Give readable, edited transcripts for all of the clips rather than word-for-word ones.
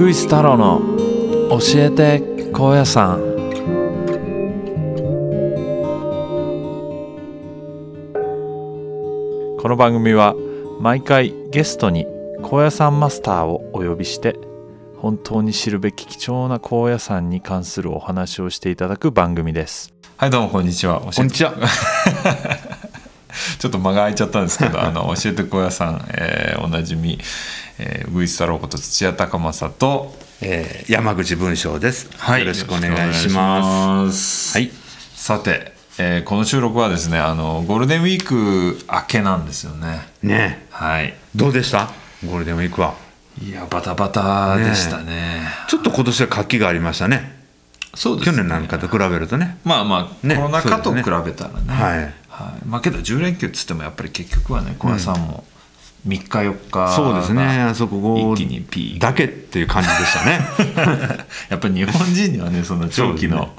グイス太郎の教えて高野山。この番組は毎回ゲストに高野山マスターをお呼びして本当に知るべき貴重な高野山に関するお話をしていただく番組です。はい、どうもこんにちは。 こんにちは。 ちょっと間が空いちゃったんですけど教えて高野山、おなじみ、ウグイス太郎こと土屋隆正と、 山口文章です、 はい、 よろしくお願いします。 はい、さて、この収録はですねゴールデンウィーク明けなんですよね。 ね、 はい、 どうでしたゴールデンウィークは。 いやバタバタでしたね。 ちょっと今年は活気がありましたね。 そうですね、 去年なんかと比べるとね。 まあまあ、ね、コロナ禍と比べたらね、 はいはい、まあけど10連休っつってもやっぱり結局はね高野山も3日4日そうですね、あそこ一気にピークだけっていう感じでしたね。 やっぱり日本人にはねその長期の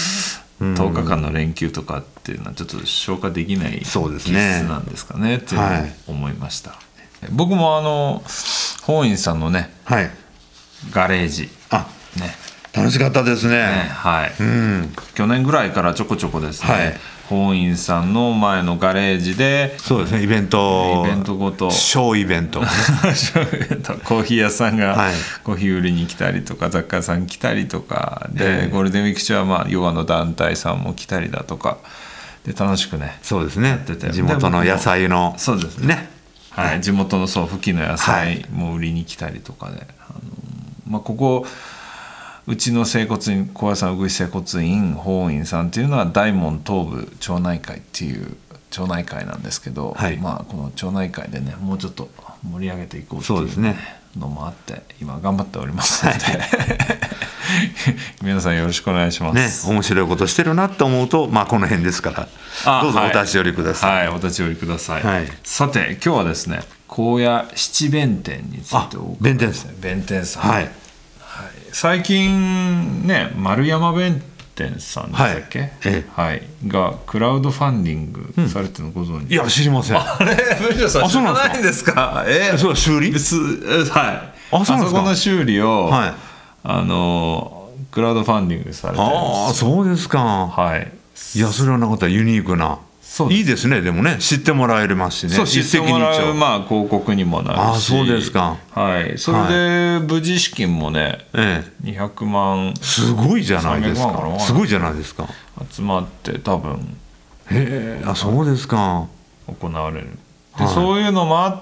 10日間の連休とかっていうのはちょっと消化できない気質なんですかねっていうのを思いました。はい、僕も法院さんのね、 はい、 ガレージね、 楽しかったですね。 はい、去年ぐらいからちょこちょこですね、はい、本院さんの前のガレージでそうですね、イベントごと小イベントコーヒー屋さんがコーヒー売りに来たりとか、雑貨屋さん来たりとかで、ゴールデンウィーク中はまあヨガの団体さんも来たりだとかで楽しくね、 そうですね、 やってて、 地元の野菜のそうですね、はい、地元のそう付近の野菜も売りに来たりとかで、まあ、ここうちの整骨院、高野山うぐい整骨院法院さんっていうのは大門東部町内会っていう町内会なんですけど、はい、まあ、この町内会でねもうちょっと盛り上げていこうっていうのもあって今頑張っておりますので、はい、皆さんよろしくお願いします、 ね、面白いことしてるなと思うと、まあ、この辺ですからどうぞお立ち寄りください。 はい、はい、お立ち寄りください、はい、さて今日はですね高野七弁天についてお伺いします。弁天さん、はい、最近ね丸山弁天さんでしたっけ、はい、がクラウドファンディングされてるのご存知、 いや知りません。 あれ文章さん知らないんですか。 そう、修理、 はい、あそこの修理を、はい、クラウドファンディングされてるんですよ。 ああそうですか。はい、いやそれはなかったらユニークな、いいですね。でもね知ってもらえますしね。 そう知ってもらう、まあ、広告にもなるし。あそうですか。 はい、それで無事資金もね、200万すごいじゃないですか。すごいじゃないですか。 集まって多分へえ、あそうですか。 行われるで、そういうのもあって、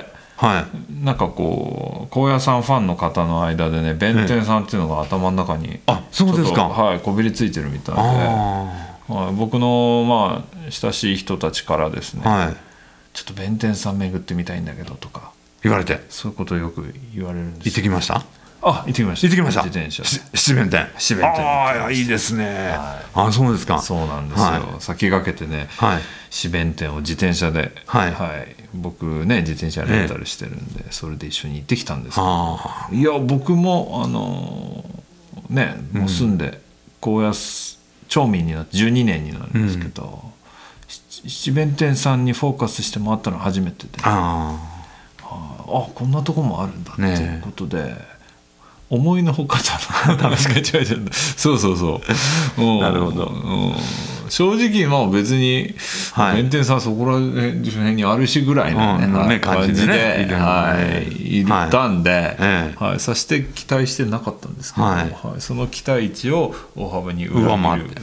はい、なんかこう高野山ファンの方の間でね弁天さんっていうのが頭の中にちょっと、はい、こびりついてるみたいで、はい、僕のまあ親しい人たちからですね、はい、ちょっと弁天さん巡ってみたいんだけどとか言われて、 そういうことをよく言われるんです。 行ってきました。 行ってきました。 行ってきました。 自転車七弁天。ああいいですね。あそうですか。 そうなんですよ。先駆けてね、七弁天を自転車で、はいはい、僕ね自転車レンタルしてるんで、それで一緒に行ってきたんですけど、いや僕もねもう住んで高野町民になって12年になるんですけど、七弁天さんにフォーカスして回ったの初めてで、こんなとこもあるんだっていうことで、思いのほかだなそうそうそうなるほど、正直まあ別に弁天さんそこら辺にあるしぐらいの、感じで入れたんで、さして期待してなかったんですけど、その期待値を大幅に上回って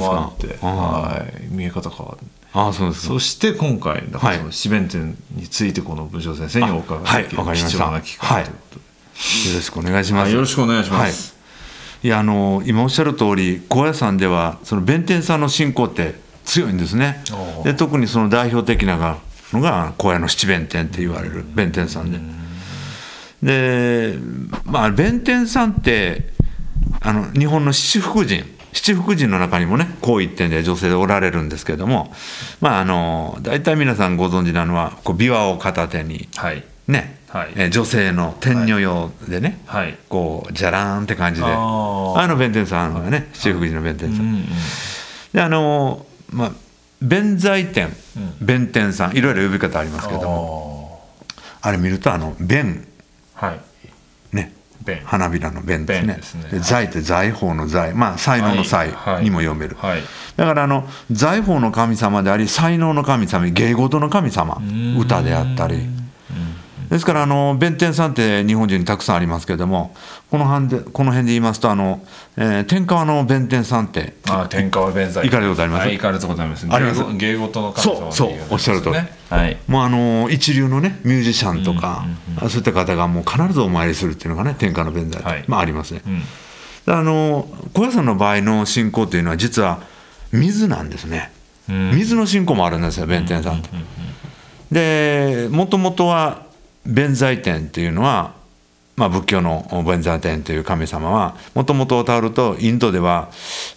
見え方変わる。そして今回だから四弁天についてこの文章先生にお伺いできる貴重な機会ということで、 よろしくお願いします。 よろしくお願いします。 いや今おっしゃる通り高野山ではその弁天さんの信仰って強いんですね。で特にその代表的なのが高野の七弁天って言われる弁天さんで、まあ弁天さんって日本の七福神の中にもねこう一点で女性でおられるんですけれども、まあ大体皆さんご存知なのはこう琵琶を片手に、ね、女性の天女用でね、こうじゃらーんって感じで弁天さんがね七福神の弁天さんでまあ弁財天、弁天さんいろいろ呼び方ありますけども、あれ見ると弁、ね花びらの弁ですね。財って財宝の財、才能の才にも読める。だから財宝の神様であり才能の神様、芸事の神様、歌であったり。ですから弁天さんって日本中にたくさんありますけれども、この辺で言いますと天川の弁天さんって天川弁財行かれたことあります？ 行かれたことあります。芸事の神様、 そうおっしゃるとおり、もう一流のねミュージシャンとか、そういった方がもう必ずお参りするっていうのがね天川の弁財、ありますね。高野山の場合の信仰というのは実は水なんですね。水の信仰もあるんですよ弁天さんって。でもともとは弁財天というのは、仏教の弁財天という神様はもともとをたどるとインドでは、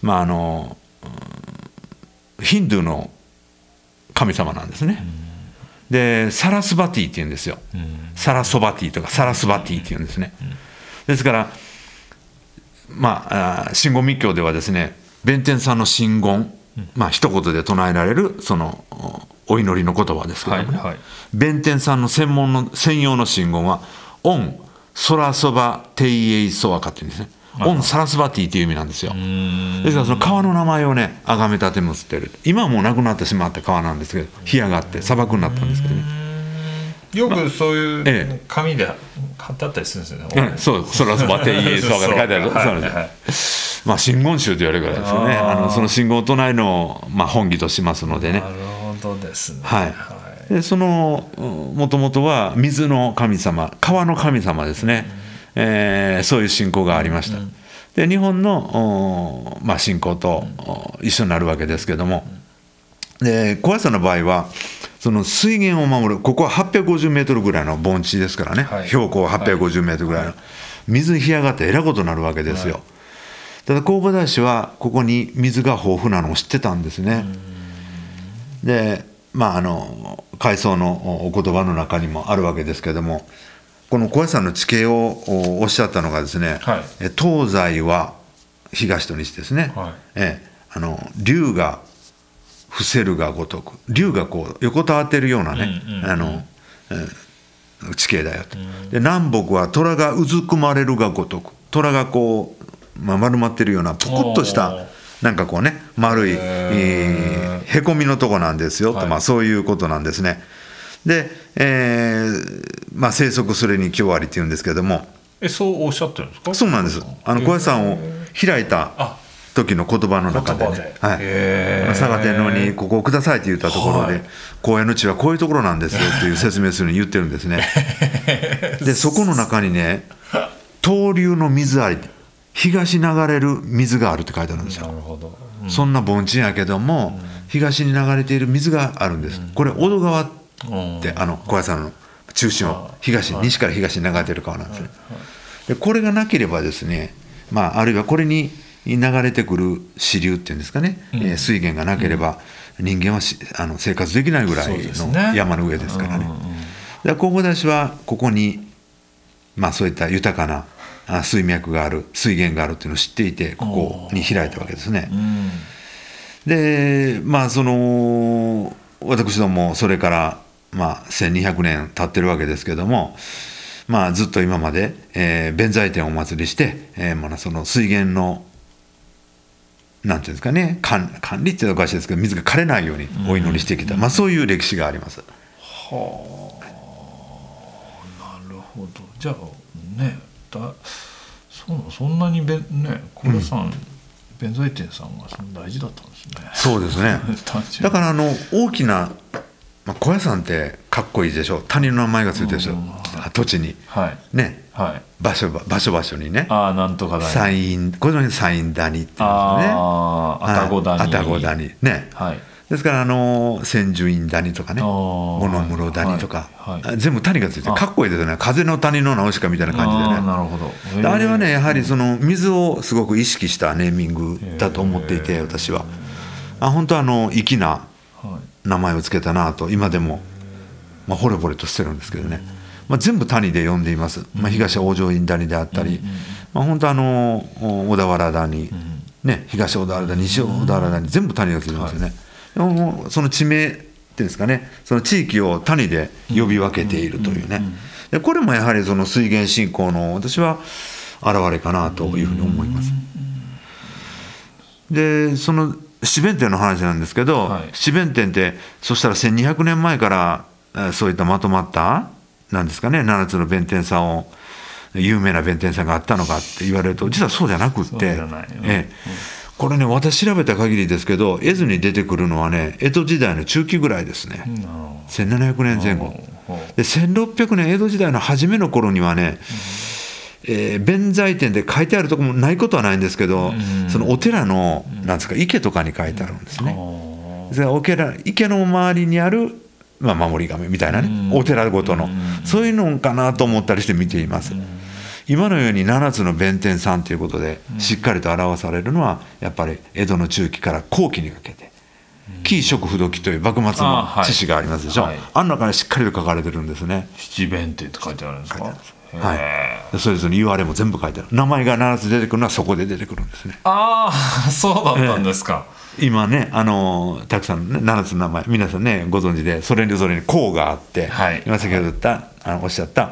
ヒンドゥーの神様なんですね。でサラスバティっていうんですよ。サラソバティとかサラスバティっていうんですね。ですから真言密教ではですね、弁天さんの真言、一言で唱えられるそのお祈りの言葉ですけどもね、弁天さんの専用の真言はオンソラソバテイエイソワカっていうんですね。オンサラスバティという意味なんですよ。ですからその川の名前をね崇め立てむつってる。今はもうなくなってしまった川なんですけど、干上がって砂漠になったんですけどね。 よくそういう紙で貼ってあったりするんですよね。 そう、ソラソバテイエイソワカって書いてある。そうなんですよ。真言宗と言われるからですよね。その真言を唱えるのを本義としますのでね。 なるほどですね。 でもともとは水の神様、川の神様ですね。そういう信仰がありました。で日本の、信仰と一緒になるわけですけども、で高野山の場合はその水源を守る、ここは850メートルぐらいの盆地ですからね、標高850メートルぐらいの、水に干上がってえらいことになるわけですよ。ただ弘法大師はここに水が豊富なのを知ってたんですね。で回想のお言葉の中にもあるわけですけれども、この高野山の地形をおっしゃったのがですね、東西は東と西ですね。龍が伏せるがごとく、龍がこう横たわってるようなね地形だよと。で南北は虎がうずくまれるがごとく、虎がこう、丸まってるようなぷくっとしたなんかこうね丸いへこみのとこなんですよと、そういうことなんですね。で、生息するに今日ありっていうんですけども、 そうおっしゃってるんですか？ そうなんです。高野山を開いた時の言葉の中でね、嵯峨天皇にここをくださいって言ったところで、高野の地はこういうところなんですよっていう説明するに言ってるんですね。でそこの中にね、東流の水あり、東に流れる水があるって書いてあるんですよ。そんな盆地やけども、東に流れている水があるんです。これ小戸川って高野山の中心を西から東に流れている川なんですね。でこれがなければですね、あるいはこれに流れてくる支流っていうんですかね、水源がなければ人間は生活できないぐらいの山の上ですからね。弘法大師はここにそういった豊かな水脈がある、水源があるっていうのを知っていて、ここに開いたわけですね。で私どもそれから1200年経ってるわけですけども、ずっと今まで弁財天をお祭りして、その水源のなんていうんですかね、管理っていうのはおかしいですけど、水が枯れないようにお祈りしてきた、そういう歴史があります。 はあ、なるほど。じゃあね、そんなに高野山弁財天さんがそんな大事だったんですね。 そうですね。だから大きな、高野山ってかっこいいでしょ。谷の名前がついてるでしょ、土地に、ね、場所にね、 なんとか谷、これ山陰谷っていうんですね。愛宕谷ね。ですから千住院谷とかね、五の室谷とか、全部谷がついてかっこいいですよね。風の谷のナウシカみたいな感じでね。 なるほど。 あれはね、やはりその水をすごく意識したネーミングだと思っていて、私は本当粋な名前をつけたなと今でも惚れ惚れとしてるんですけどね。全部谷で呼んでいます。東大乗院谷であったり、本当小田原谷ね、東小田原谷、西小田原谷、全部谷がついてますよね。その地名ていうんですかね、その地域を谷で呼び分けているというね、でこれもやはりその水源信仰の私は現れかなというふうに思います。でその七弁天の話なんですけど、七弁天ってそしたら1200年前からそういったまとまったなんですかね、7つの弁天さんを有名な弁天さんがあったのかって言われると実はそうじゃなくって、これね私調べた限りですけど絵図に出てくるのはね江戸時代の中期ぐらいですね、1700年前後で1600年江戸時代の初めの頃にはね、弁財天で書いてあるところもないことはないんですけど、そのお寺のなんですか池とかに書いてあるんですね。池の周りにある、守り神みたいなね、お寺ごとのそういうのかなと思ったりして見ています。今のように7つの弁天さんということでしっかりと表されるのはやっぱり江戸の中期から後期にかけて紀伊食不土記という幕末の知識がありますでしょ、あん中にしっかりと書かれてるんですね。 七弁天って書いてあるんですか。 それぞれ言われも全部書いてある。名前が7つ出てくるのはそこで出てくるんですね。 そうだったんですか。 今ねたくさん、ね、7つの名前皆さんねご存知でそれぞれに項があって、今先ほど言ったおっしゃった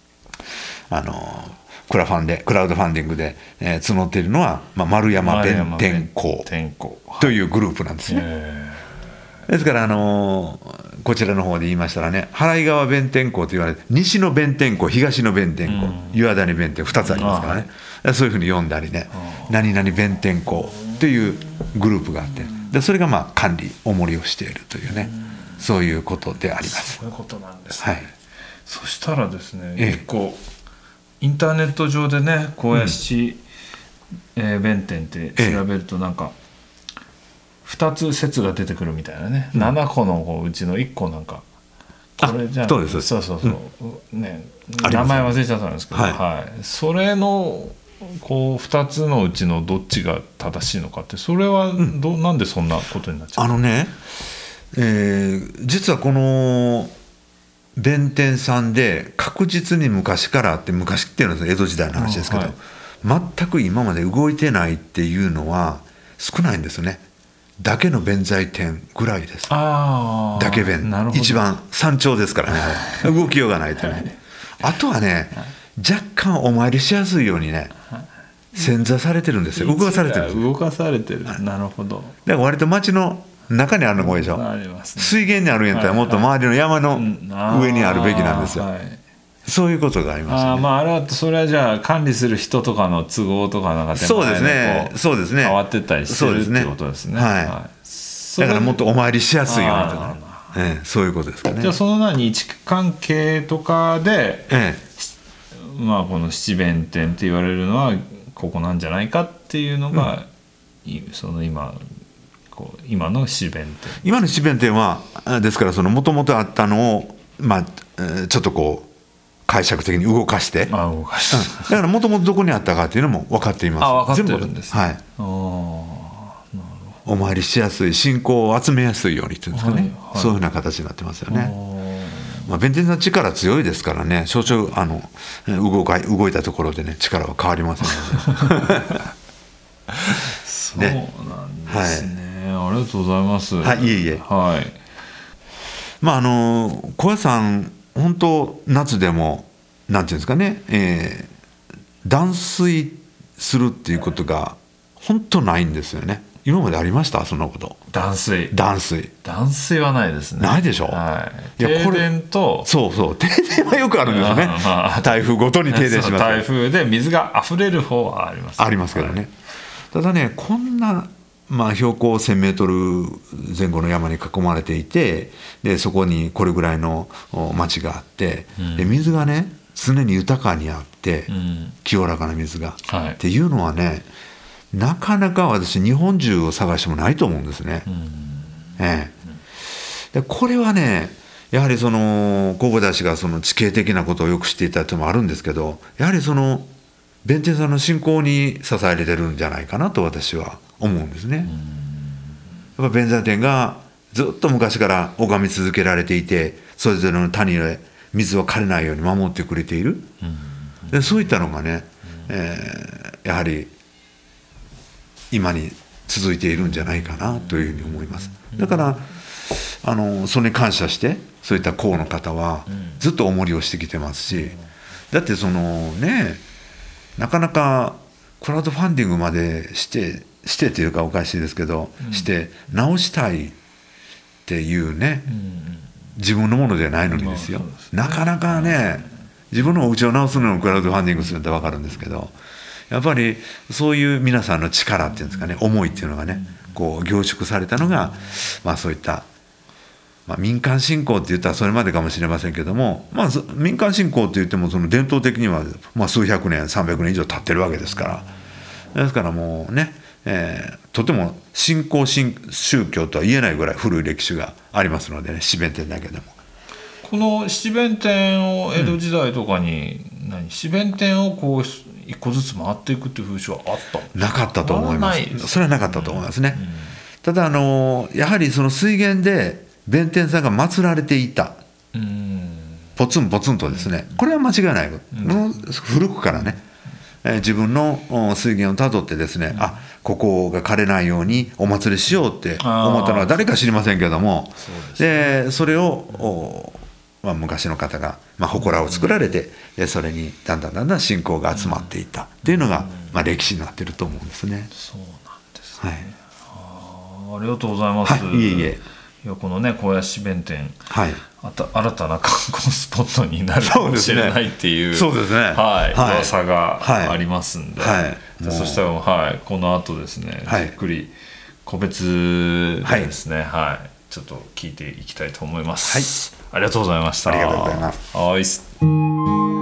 クラウドファンディングで、募っているのは、丸山弁天公というグループなんですね。ですからこちらの方で言いましたらね、払川弁天公と言われて西の弁天公東の弁天公、岩谷弁天2つありますからね、そういうふうに読んだりね、何々弁天公というグループがあって、でそれが管理重りをしているというね、そういうことであります。 そういうことなんですね。そしたらですね、結構インターネット上でね高野七弁天って調べるとなんか2つ説が出てくるみたいなね、7個のうちの1個なんかこれじゃそうです、 ね、名前忘れちゃったんですけど、それのこう2つのうちのどっちが正しいのかって、それはなんでそんなことになっちゃう実はこの弁天さんで確実に昔からあって、昔っていうのは江戸時代の話ですけど、全く今まで動いてないっていうのは少ないんですね。だけの弁財天ぐらいです。だけ弁一番山頂ですからね動きようがないというね。あとはね若干お参りしやすいようにね宣座されてるんですよ。動かされてるんです。 動かされてる、なるほど。 だから割と町の中にあるのが多いでしょ。水源にあるんやったらもっと周りの山の上にあるべきなんですよ。そういうことがありますね。 あれはそれはじゃあ管理する人とかの都合とかなんか手前で変わってったりしてるってことですね。 だからもっとお参りしやすいようにとか、そういうことですかね。 じゃあその位置関係とかで、この七弁天って言われるのはここなんじゃないかっていうのが、その今の七弁天。 今の七弁天はですからもともとあったのをちょっとこう解釈的に動かして、だからもともとどこにあったかっていうのも分かっています。 分かってるんですね。 お参りしやすい、信仰を集めやすいようにっていうんですかね、そういうふうな形になってますよね。弁天さん力強いですからね、少々動いたところでね力は変わりませんのでそうなんですね、ありがとうございます。 いえいえ。小屋さん本当夏でもなんていうんですかね、断水するっていうことが本当ないんですよね。今までありましたそんなこと。 断水はないですね。 ないでしょ。 停電と停電はよくあるんですよね。台風ごとに停電します。 台風で水が溢れる方はありますけどね。ただねこんな標高1000メートル前後の山に囲まれていて、でそこにこれぐらいの町があって、で水がね常に豊かにあって、清らかな水が、っていうのはねなかなか私日本中を探してもないと思うんですね。でこれはねやはり神戸大師が地形的なことをよく知っていたというのもあるんですけど、やはり弁天さんの信仰に支えられてるんじゃないかなと私は思うんですね。やっぱ弁財天がずっと昔から拝み続けられていて、それぞれの谷で水を枯れないように守ってくれている、でそういったのがね、やはり今に続いているんじゃないかなというふうに思います。だからそれに感謝してそういった校の方はずっとお守りをしてきてますし、だってなかなかクラウドファンディングまでしてというかおかしいですけど、して直したいっていうね、自分のものではないのにですよ、なかなかね自分のお家を直すのをクラウドファンディングするって分かるんですけど、やっぱりそういう皆さんの力っていうんですかね、思いっていうのがねこう凝縮されたのが、そういった、民間信仰って言ったらそれまでかもしれませんけども、民間信仰って言ってもその伝統的には、数百年300年以上経ってるわけですから、ですからもうね、とても新興宗教とは言えないぐらい古い歴史がありますのでね、七弁天だけでも。 この七弁天を江戸時代とかに、七弁天をこう一個ずつ回っていくっていう風習はあった？ なかったと思います。それはなかったと思いますね。ただやはりその水源で弁天さんが祀られていた、ポツンポツンとですね、これは間違いない、古くからね、自分の水源をたどってですね、ここが枯れないようにお祭りしようって思ったのは誰か知りませんけども、でそれを昔の方が祠を作られて、それにだんだん信仰が集まっていったっていうのが、歴史になってると思うんですね。 そうなんですね。ありがとうございます。 いえ。 いや、このね高野七弁天、新たな観光スポットになるかもしれないっていう噂がありますんで、そしたらこの後ですね、じっくり個別でですね、ちょっと聞いていきたいと思います。ありがとうございました。 ありがとうございます。